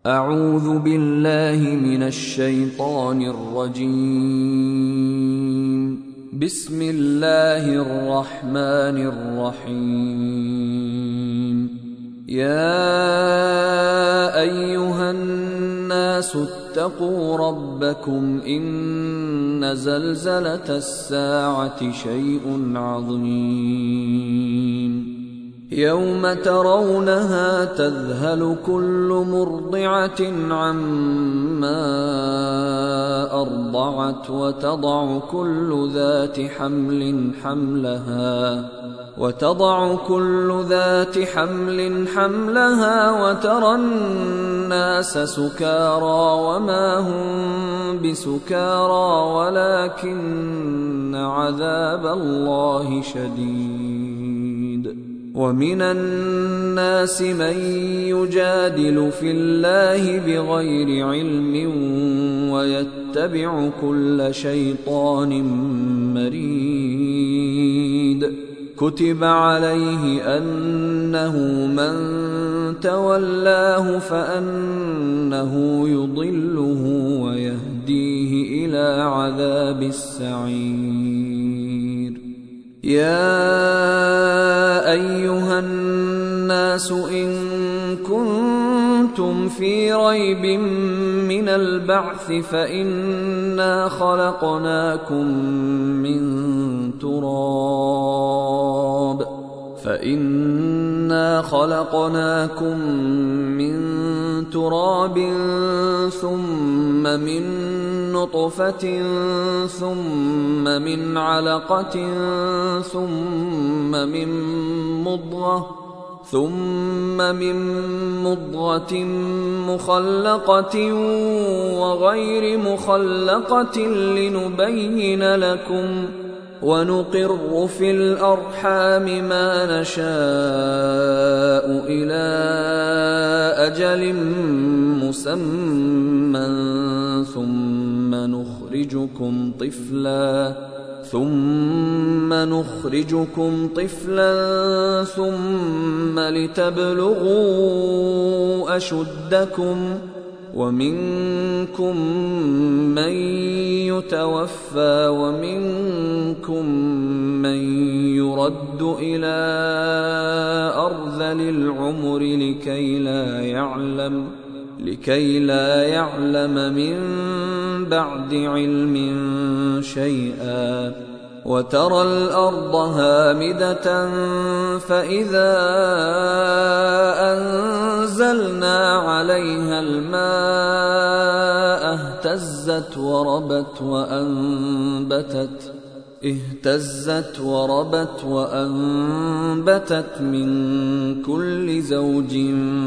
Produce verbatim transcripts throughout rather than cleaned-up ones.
أعوذ بالله من الشيطان الرجيم. بسم الله الرحمن الرحيم. يا أيها الناس اتقوا ربكم إن زلزلة الساعة شيء عظيم يوم ترونها تذهل كل مرضعة عما أرضعت وتضع كل ذات حمل حملها وتضع كل ذات حمل حملها وترى الناس سكارى وما هم بسكارى ولكن عذاب الله شديد. ومن الناس من يجادل في الله بغير علم ويتبع كل شيطان مريد. كتب عليه أنه من تولاه فأنه يضله ويهديه إلى عذاب السعير. يا أيها الناس إن كنتم في ريب من البعث فإنا خلقناكم من تراب فإنا خلقناكم من تراب ثم من نطفة ثم من علقة ثم من مضغة ثم من مضغة مخلقة وغير مخلقة لنبين لكم ونقر في الأرحام ما نشاء إلى أجل مسمى ثم نخرجكم طفلا ثم نخرجكم طفلا ثم لتبلغوا أشدكم ومنكم من يتوفى ومنكم من يرد إلى أرذل العمر لكي لا يعلم لكي لا يعلم من بعد علم شيئا. وترى الأرض هامدة فإذا أنزلنا عليها الماء اهتزت وربت وأنبتت اهتزت وربت وأنبتت من كل زوج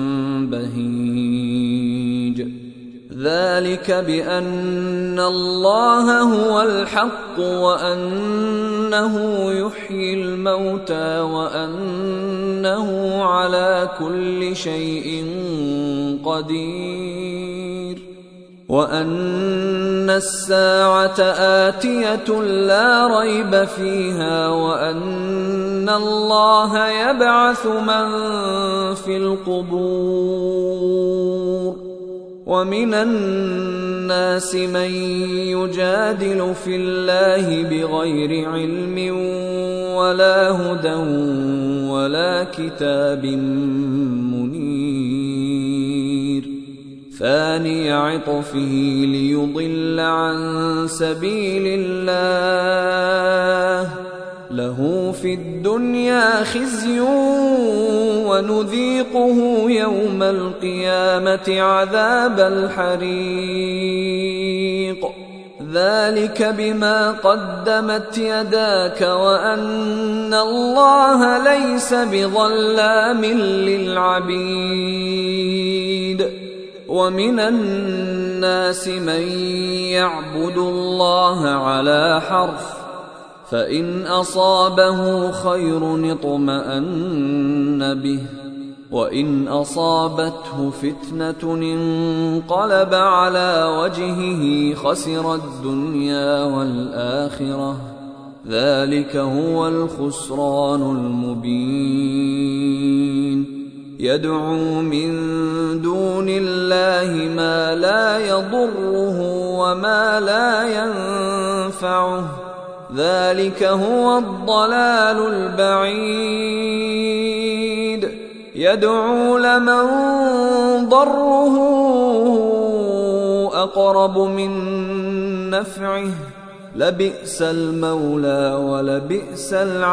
بهيج. ذلك بأن الله هو الحق وأنه يحيي الموتى وأنه على كل شيء قدير وأن الساعة آتية لا ريب فيها وأن الله يبعث من في القبور. ومن الناس من يجادل في الله بغير علم ولا هدى ولا كتاب منير. ثاني عطفه ليضل عن سبيل الله له في الدنيا خزي ونذيقه يوم القيامة عذاب الحريق. ذلك بما قدمت يداك وأن الله ليس بظلام للعبيد. ومن الناس من يعبد الله على حرف فإن أصابه خير اطمأن به وإن أصابته فتنة انقلب على وجهه خسر الدنيا والآخرة ذلك هو الخسران المبين. يدعو من دون الله ما لا يضره وما لا ينفعه، ذلك هو الضلال البعيد. يدعو لمن ضره أقرب من نفعه، لبئس المولى ولبئس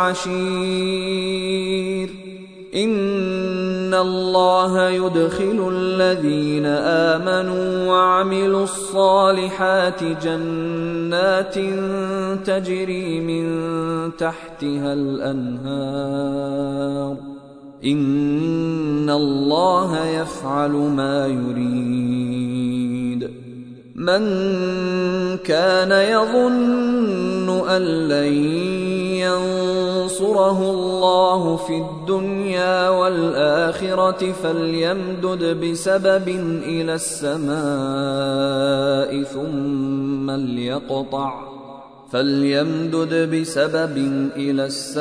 العشير. إن الله يدخل الذين آمنوا وعملوا الصالحات جنات تجري من تحتها الأنهار، إن الله يفعل ما يريد. من كان يظن أن لن ينصره الله في الدنيا والآخرة فليمدد بسبب إلى السماء ثم ليقطع فليمدد بسبب إلى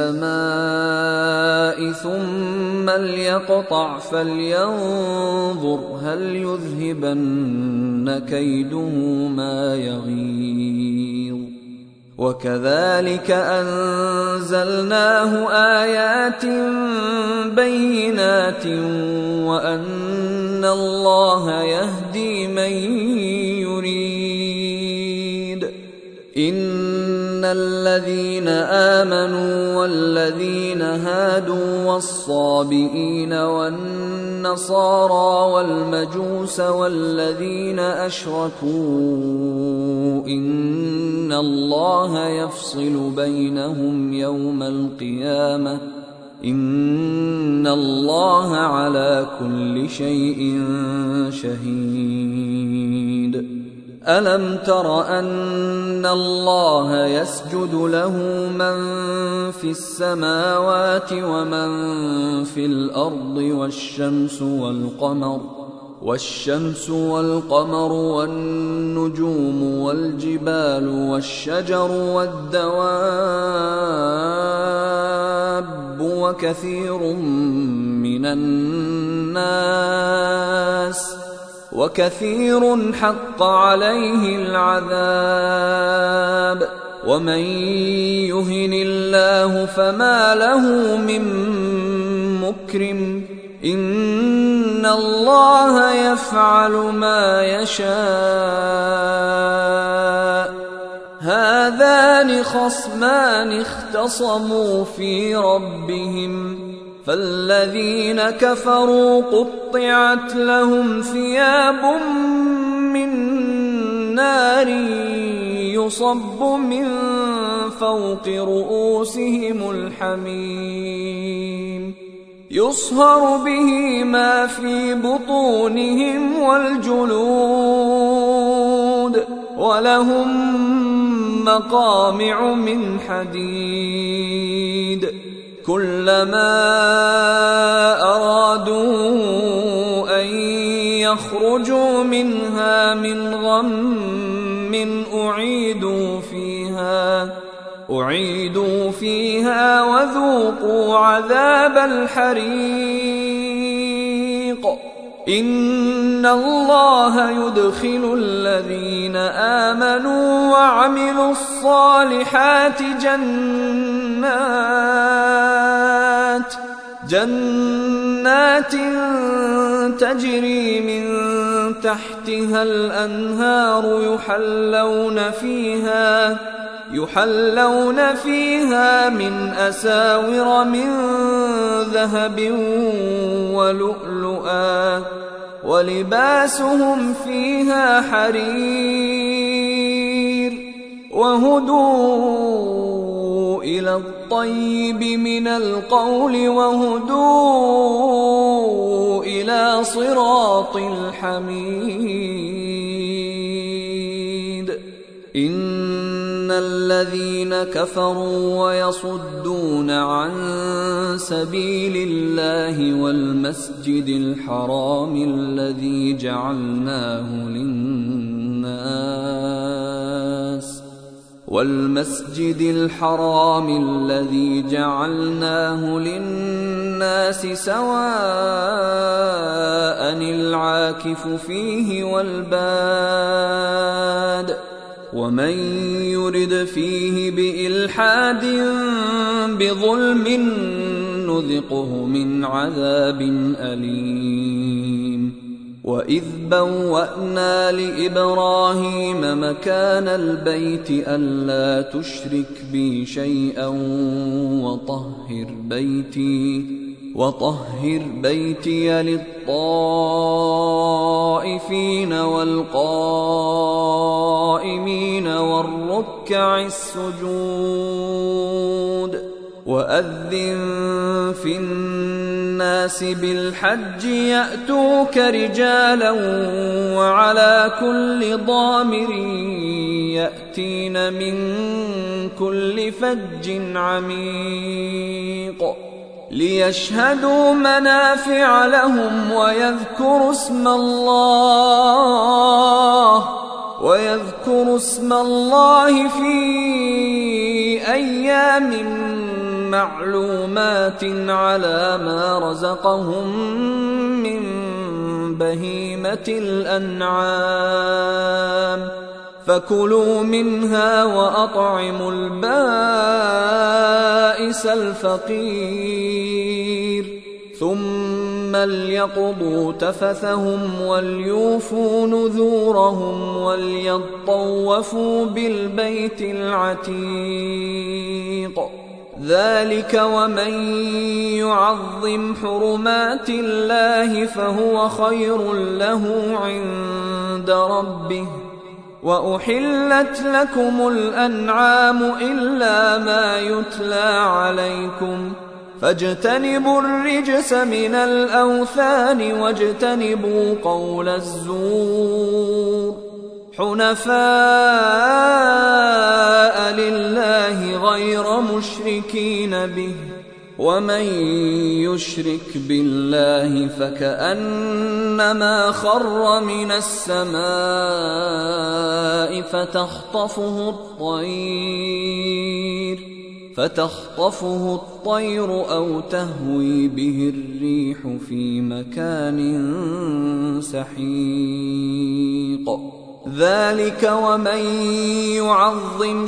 السماء ثم ليقطع فلينظر هل يذهبن كيده ما يغيظ. وكذلك أنزلناه آيات بينات وأن الله يهدي من يريد. إن الذين آمنوا والذين هادوا والصابئين والنصارى والمجوس والذين أشركوا إن الله يفصل بينهم يوم القيامة، إن الله على كل شيء شهيد. ألم تر أن الله يسجد له من في السماوات ومن في الأرض والشمس والقمر والشمس والقمر والنجوم والجبال والشجر والدواب وكثير من الناس وكثير حق عليه العذاب. ومن يهن الله فما له من مكرم، إن الله يفعل ما يشاء. هذان خصمان اختصموا في ربهم، فالذين كفروا قطعت لهم ثياب من نار يصب من فوق رؤوسهم الحميم، يصهر به ما في بطونهم والجلود، ولهم مقامع من حديد. كلما أرادوا أن يخرجوا منها من غم أعيدوا فيها أعيدوا فيها وذوقوا عذاب الحريق. إن الله يدخل الذين آمنوا وعملوا الصالحات جنات جنات تجري من تحتها الأنهار يحلون فيها يحلون فيها من أساور من ذهب ولؤلؤا ولباسهم فيها حرير. وهدوا إلى الطيب من القول وهدوا إلى صراط الحميد. إن الذين كفروا ويصدون عن سبيل الله والمسجد الحرام الذي جعلناه للناس والمسجد الحرام الذي جعلناه للناس سواء العاكف فيه والباد ومن يرد فيه بإلحاد بظلم نذقه من عذاب أليم. وإذ بوأنا لإبراهيم مكان البيت ألا تشرك بي شيئا وطهر بيتي وطهر بيتي للطائفين والقائمين والركع السجود. وأذن في الناس بالحج يأتوك رجالا وعلى كل ضامر يأتين من كل فج عميق ليشهدوا منافع لهم ويذكروا اسم الله ويذكروا اسم الله في أيام معلومات على ما رزقهم من بهيمة الأنعام فكلوا منها وأطعموا البائس الفقير ثم ليقضوا تفثهم وليوفوا نذورهم وليطوفوا بالبيت العتيق. ذلك ومن يعظم حرمات الله فهو خير له عند ربه. وأحلت لكم الأنعام إلا ما يتلى عليكم فاجتنبوا الرجس من الأوثان واجتنبوا قول الزور حنفاء لله غير مشركين به ومن يشرك بالله فكأنما خر من السماء فتخطفه الطير فتخطفه الطير أو تهوي به الريح في مكان سحيق. ذلك ومن يعظم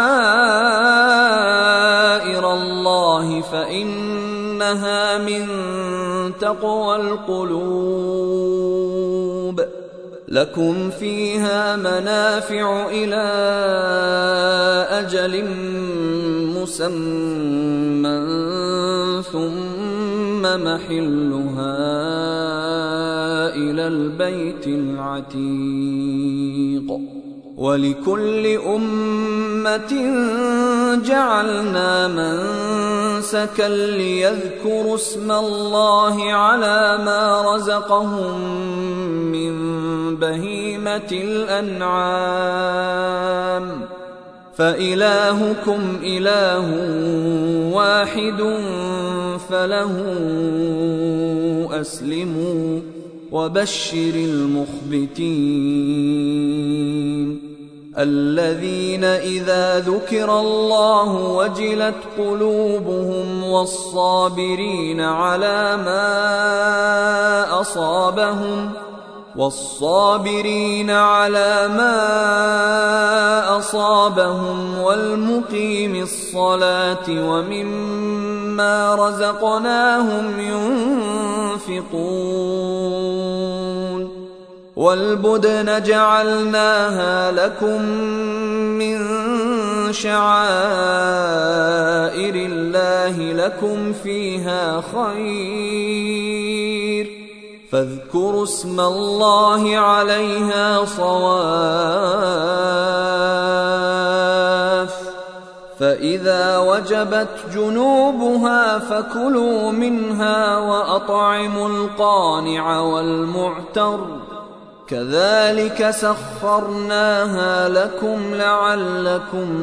شعائر الله فإنها من تقوى القلوب. لكم فيها منافع إلى أجل مسمى ثم محلها إلى البيت العتيق. ولكل أمة جعلنا منسكا ليذكروا اسم الله على ما رزقهم من بهيمة الأنعام فإلهكم إله واحد فله أسلموا وبشر المخبتين الذين إذا ذكر الله وجلت قلوبهم والصابرين على ما أصابهم والصابرين على ما أصابهم والمقيم الصلاة ومما رزقناهم ينفقون والبدن جعلناها لكم من شعائر الله لكم فيها خير فاذكروا اسم الله عليها صواف فإذا وجبت جنوبها فكلوا منها وأطعموا القانع والمعتر كذلك سخرناها لكم لعلكم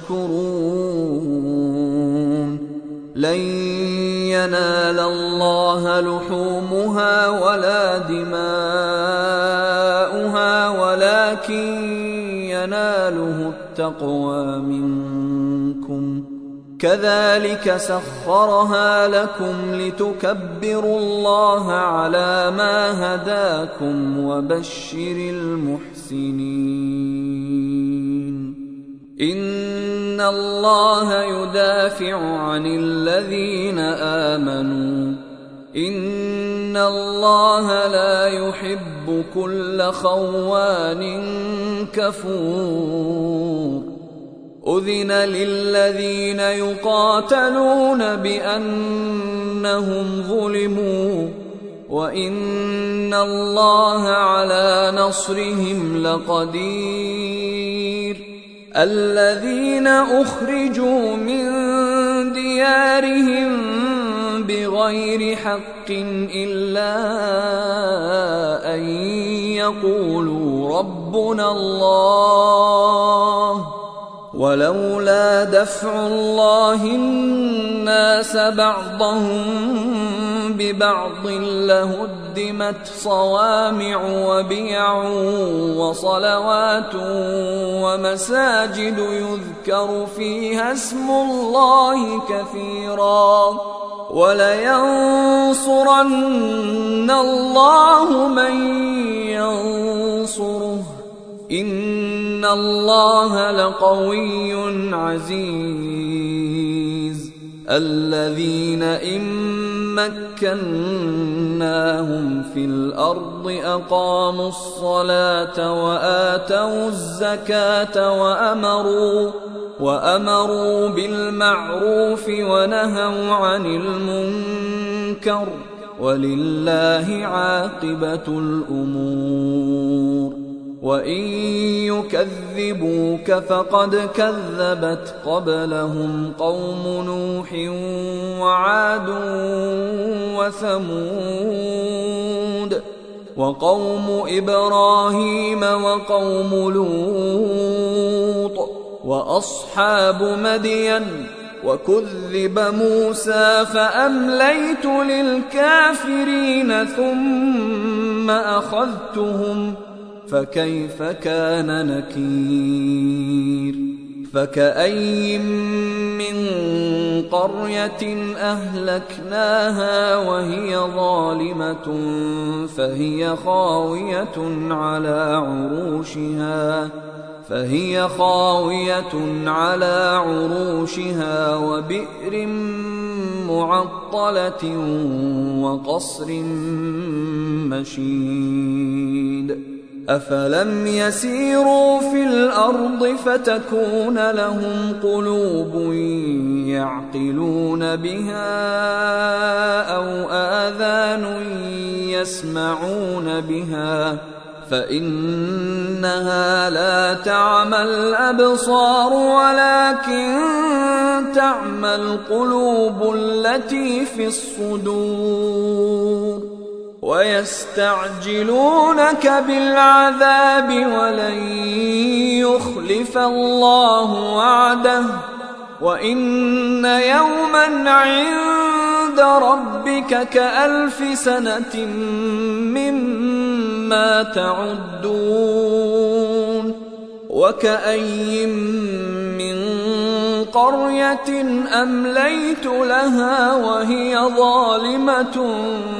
تشكرون لن ينال الله لحومها ولا دماؤها ولكن يناله التقوى منكم كذلك سخرها لكم لتكبروا الله على ما هداكم وبشر المحسنين إن الله يدافع عن الذين آمنوا إن الله لا يحب كل خوان كفور أذن للذين يقاتلون بأنهم ظلموا وإن الله على نصرهم لقدير الذين أخرجوا من ديارهم بغير حق إلا أن يقولوا ربنا الله ولولا دفع الله الناس بعضهم ببعض لهدمت صوامع وبيع وصلوات ومساجد يذكر فيها اسم الله كثيرا ولينصرن الله من ينصره إن الله لقوي عزيز الذين إن مكناهم في الأرض أقاموا الصلاة وآتوا الزكاة وأمروا وأمروا بالمعروف ونهوا عن المنكر ولله عاقبة الأمور وإن يكذبوك فقد كذبت قبلهم قوم نوح وعاد وثمود وقوم إبراهيم وقوم لوط وأصحاب مدين وكذب موسى فأمليت للكافرين ثم أخذتهم فكيف كان نكير فكأي من قرية أهلكناها وهي ظالمة فهي خاوية على عروشها فهي خاوية على عروشها وبئر معطلة وقصر مشيد أفلم يسيروا في الأرض فتكون لهم قلوب يعقلون بها أو آذان يسمعون بها فإنها لا تعمى الأبصار ولكن تعمى القلوب التي في الصدور ويستعجلونك بالعذاب ولن يخلف الله وعده وإن يوما عند ربك كألف سنة مما تعدون وكأي من قرية أمليت لها وهي ظالمة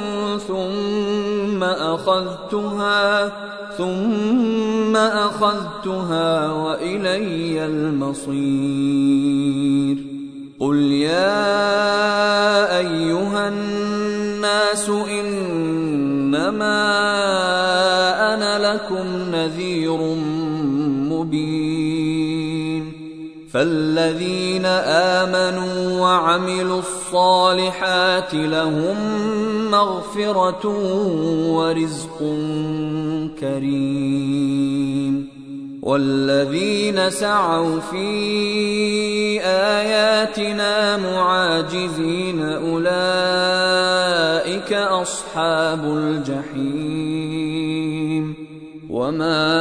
ثم أخذتها ثم أخذتها وإلي المصير قل يا أيها الناس إنما أنا لكم نذير مبين فالذين آمنوا وعملوا الصالحات لهم مغفرة ورزق كريم والذين سعوا في آياتنا معاجزين أولئك أصحاب الجحيم وما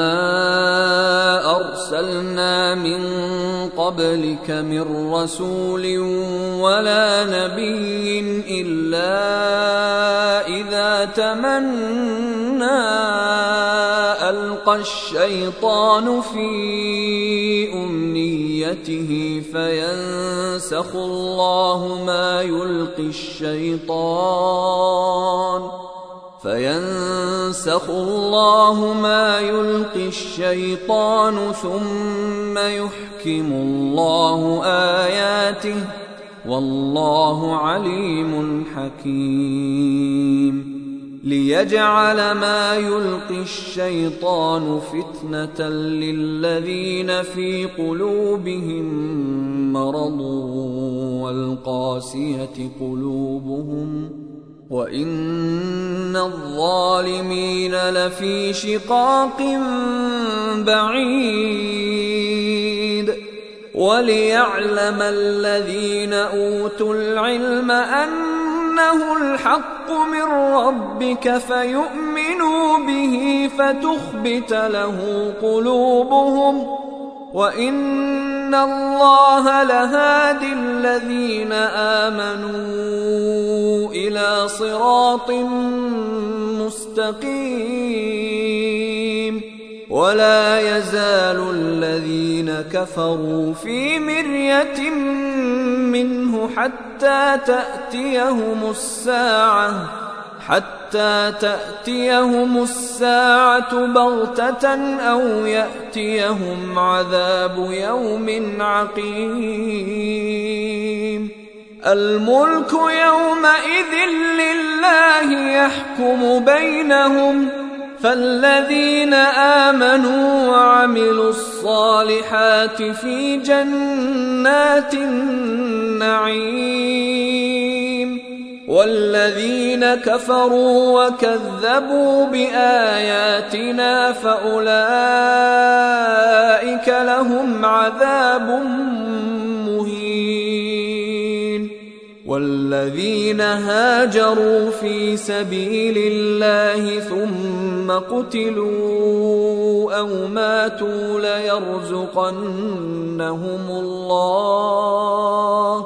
أرسلنا من قبلك من رسول ولا نبي إلا إذا تمنى ألقى الشيطان في أمنيته فينسخ الله ما يلقي الشيطان فينسخ الله ما يلقي الشيطان ثم يحكم الله آياته والله عليم حكيم ليجعل ما يلقي الشيطان فتنة للذين في قلوبهم مرض والقاسية قلوبهم وإن الظالمين لفي شقاق بعيد وليعلم الذين أوتوا العلم أنه الحق من ربك فيؤمنوا به فتخبت له قلوبهم وإن الله لهادي الذين آمنوا إلى صراط مستقيم ولا يزال الذين كفروا في مرية منه حتى تأتيهم الساعة حتى تأتيهم الساعة بغتة أو يأتيهم عذاب يوم عقيم الملك يومئذ لله يحكم بينهم فالذين آمنوا وعملوا الصالحات في جنات النعيم والذين كفروا وكذبوا بآياتنا فأولئك لهم عذاب مهين والذين هاجروا في سبيل الله ثم قتلوا أو ماتوا ليرزقنهم الله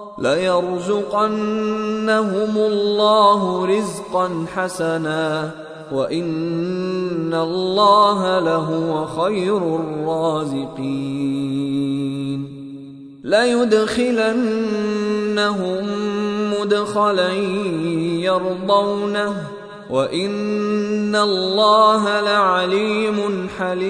ليرزقنهم الله رزقا حسنا وإن الله لهو خير الرازقين ليدخلنهم مدخلا يرضونه وإن الله لعليم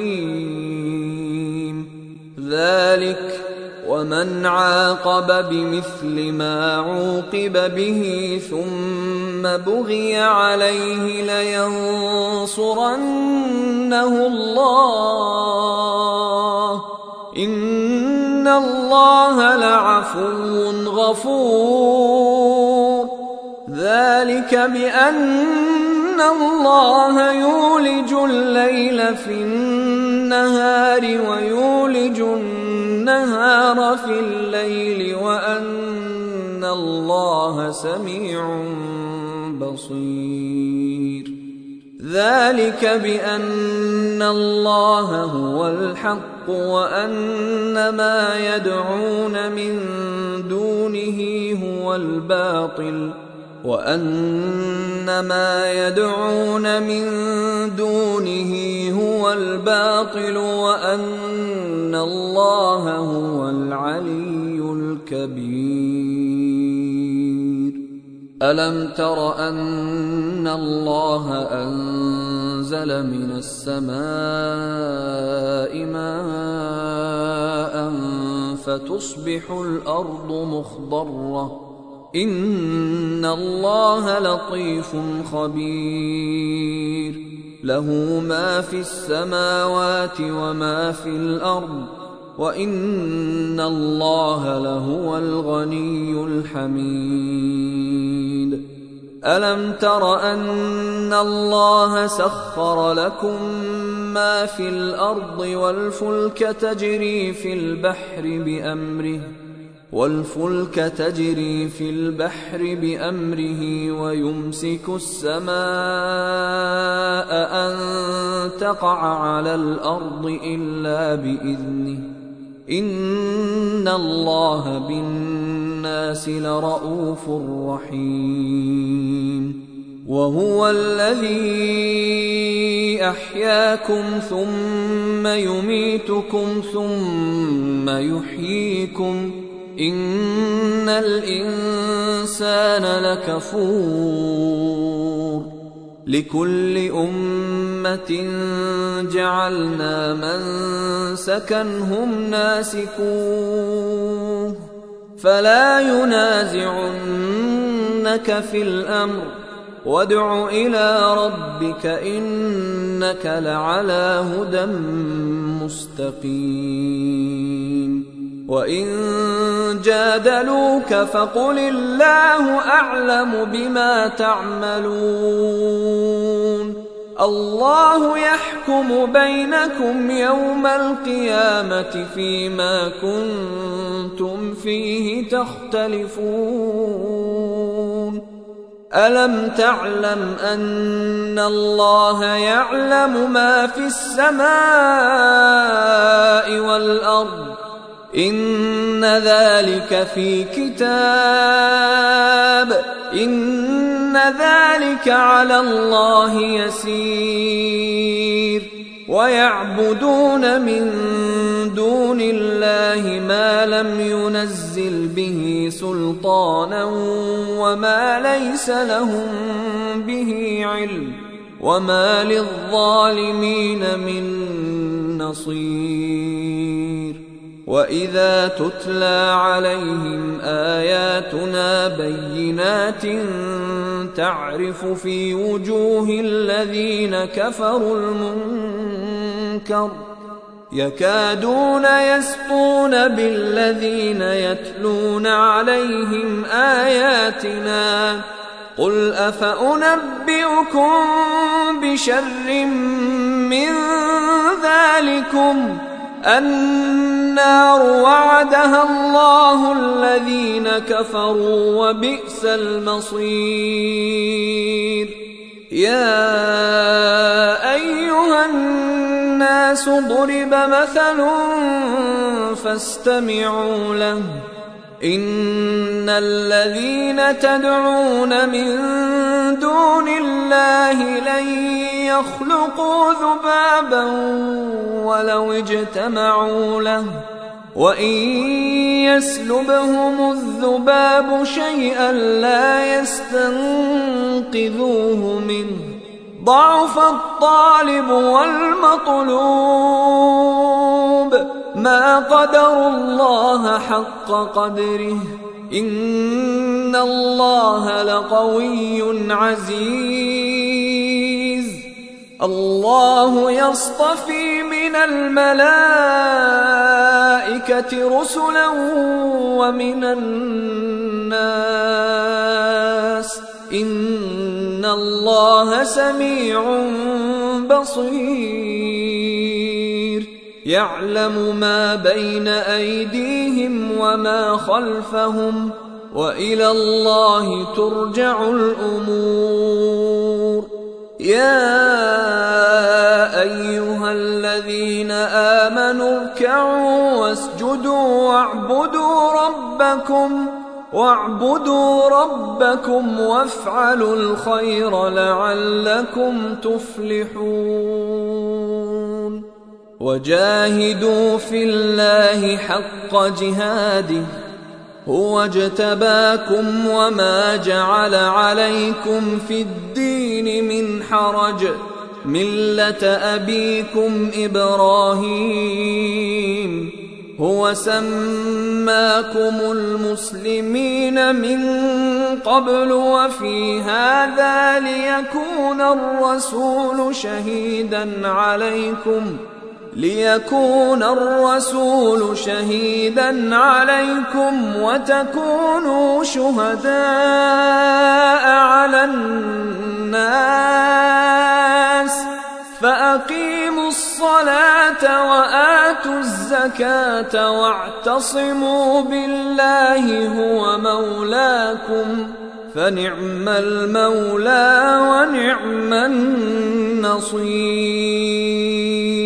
حليم ذلك ومن عاقب بمثل ما عوقب به ثم بغي عليه لينصرنه الله إن الله لعفو غفور ذلك بأن الله يولج الليل في النهار ويولج النهار في الليل وأن الله سميع بصير ذلك بأن الله هو الحق وأن ما يدعون من دونه هو الباطل وأن ما يدعون من دونه هو الباطل وأن الله هو العلي الكبير ألم تر أن الله أنزل من السماء ماء فتصبح الأرض مخضرة إن الله لطيف خبير له ما في السماوات وما في الأرض وإن الله لهو الغني الحميد ألم تر أن الله سخر لكم ما في الأرض والفلك تجري في البحر بأمره والفلك تجري في البحر بأمره ويمسك السماء أن تقع على الأرض إلا بإذنه إن الله بالناس لرءوف رحيم وهو الذي أحياكم ثم يميتكم ثم يحييكم إن الإنسان لكفور لكل أمة جعلنا منسكا هم ناسكوه فلا ينازعنك في الأمر وادع إلى ربك إنك لعلى هدى مستقيم وإن جادلوك فقل الله أعلم بما تعملون الله يحكم بينكم يوم القيامة فيما كنتم فيه تختلفون ألم تعلم أن الله يعلم ما في السماء والأرض إن ذلك في كتاب إن ذلك على الله يسير ويعبدون من دون الله ما لم ينزل به سلطانا وما ليس لهم به علم وما للظالمين من نصير وإذا تتلى عليهم آياتنا بينات تعرف في وجوه الذين كفروا المنكر يكادون يسطون بالذين يتلون عليهم آياتنا قل أفأنبئكم بشر من ذلكم النار وعدها الله الذين كفروا وبئس المصير يا أيها الناس ضرب مثل فاستمعوا له إن الذين تدعون من دون الله لن يخلقوا ذبابا ولو اجتمعوا له وإن يسلبهم الذباب شيئا لا يستنقذوه منه ضعف الطالب والمطلوب ما قدروا الله حق قدره إن الله لقوي عزيز الله يصطفي من الملائكة رسلا ومن الناس إن الله سميع بصير يعلم ما بين أيديهم وما خلفهم وإلى الله ترجع الأمور يا أيها الذين آمنوا اركعوا واسجدوا واعبدوا ربكم واعبدوا ربكم وافعلوا الخير لعلكم تفلحون وجاهدوا في الله حق جهاده هو اجتباكم وما جعل عليكم في الدين من حرج ملة أبيكم إبراهيم هو سماكم المسلمين من قبل وفي هذا ليكون الرسول شهيدا عليكم ليكون الرسول شهيدا عليكم وتكونوا شهداء على الناس فأقيموا الصلاة وآتوا الزكاة واعتصموا بالله هو مولاكم فنعم المولى ونعم النصير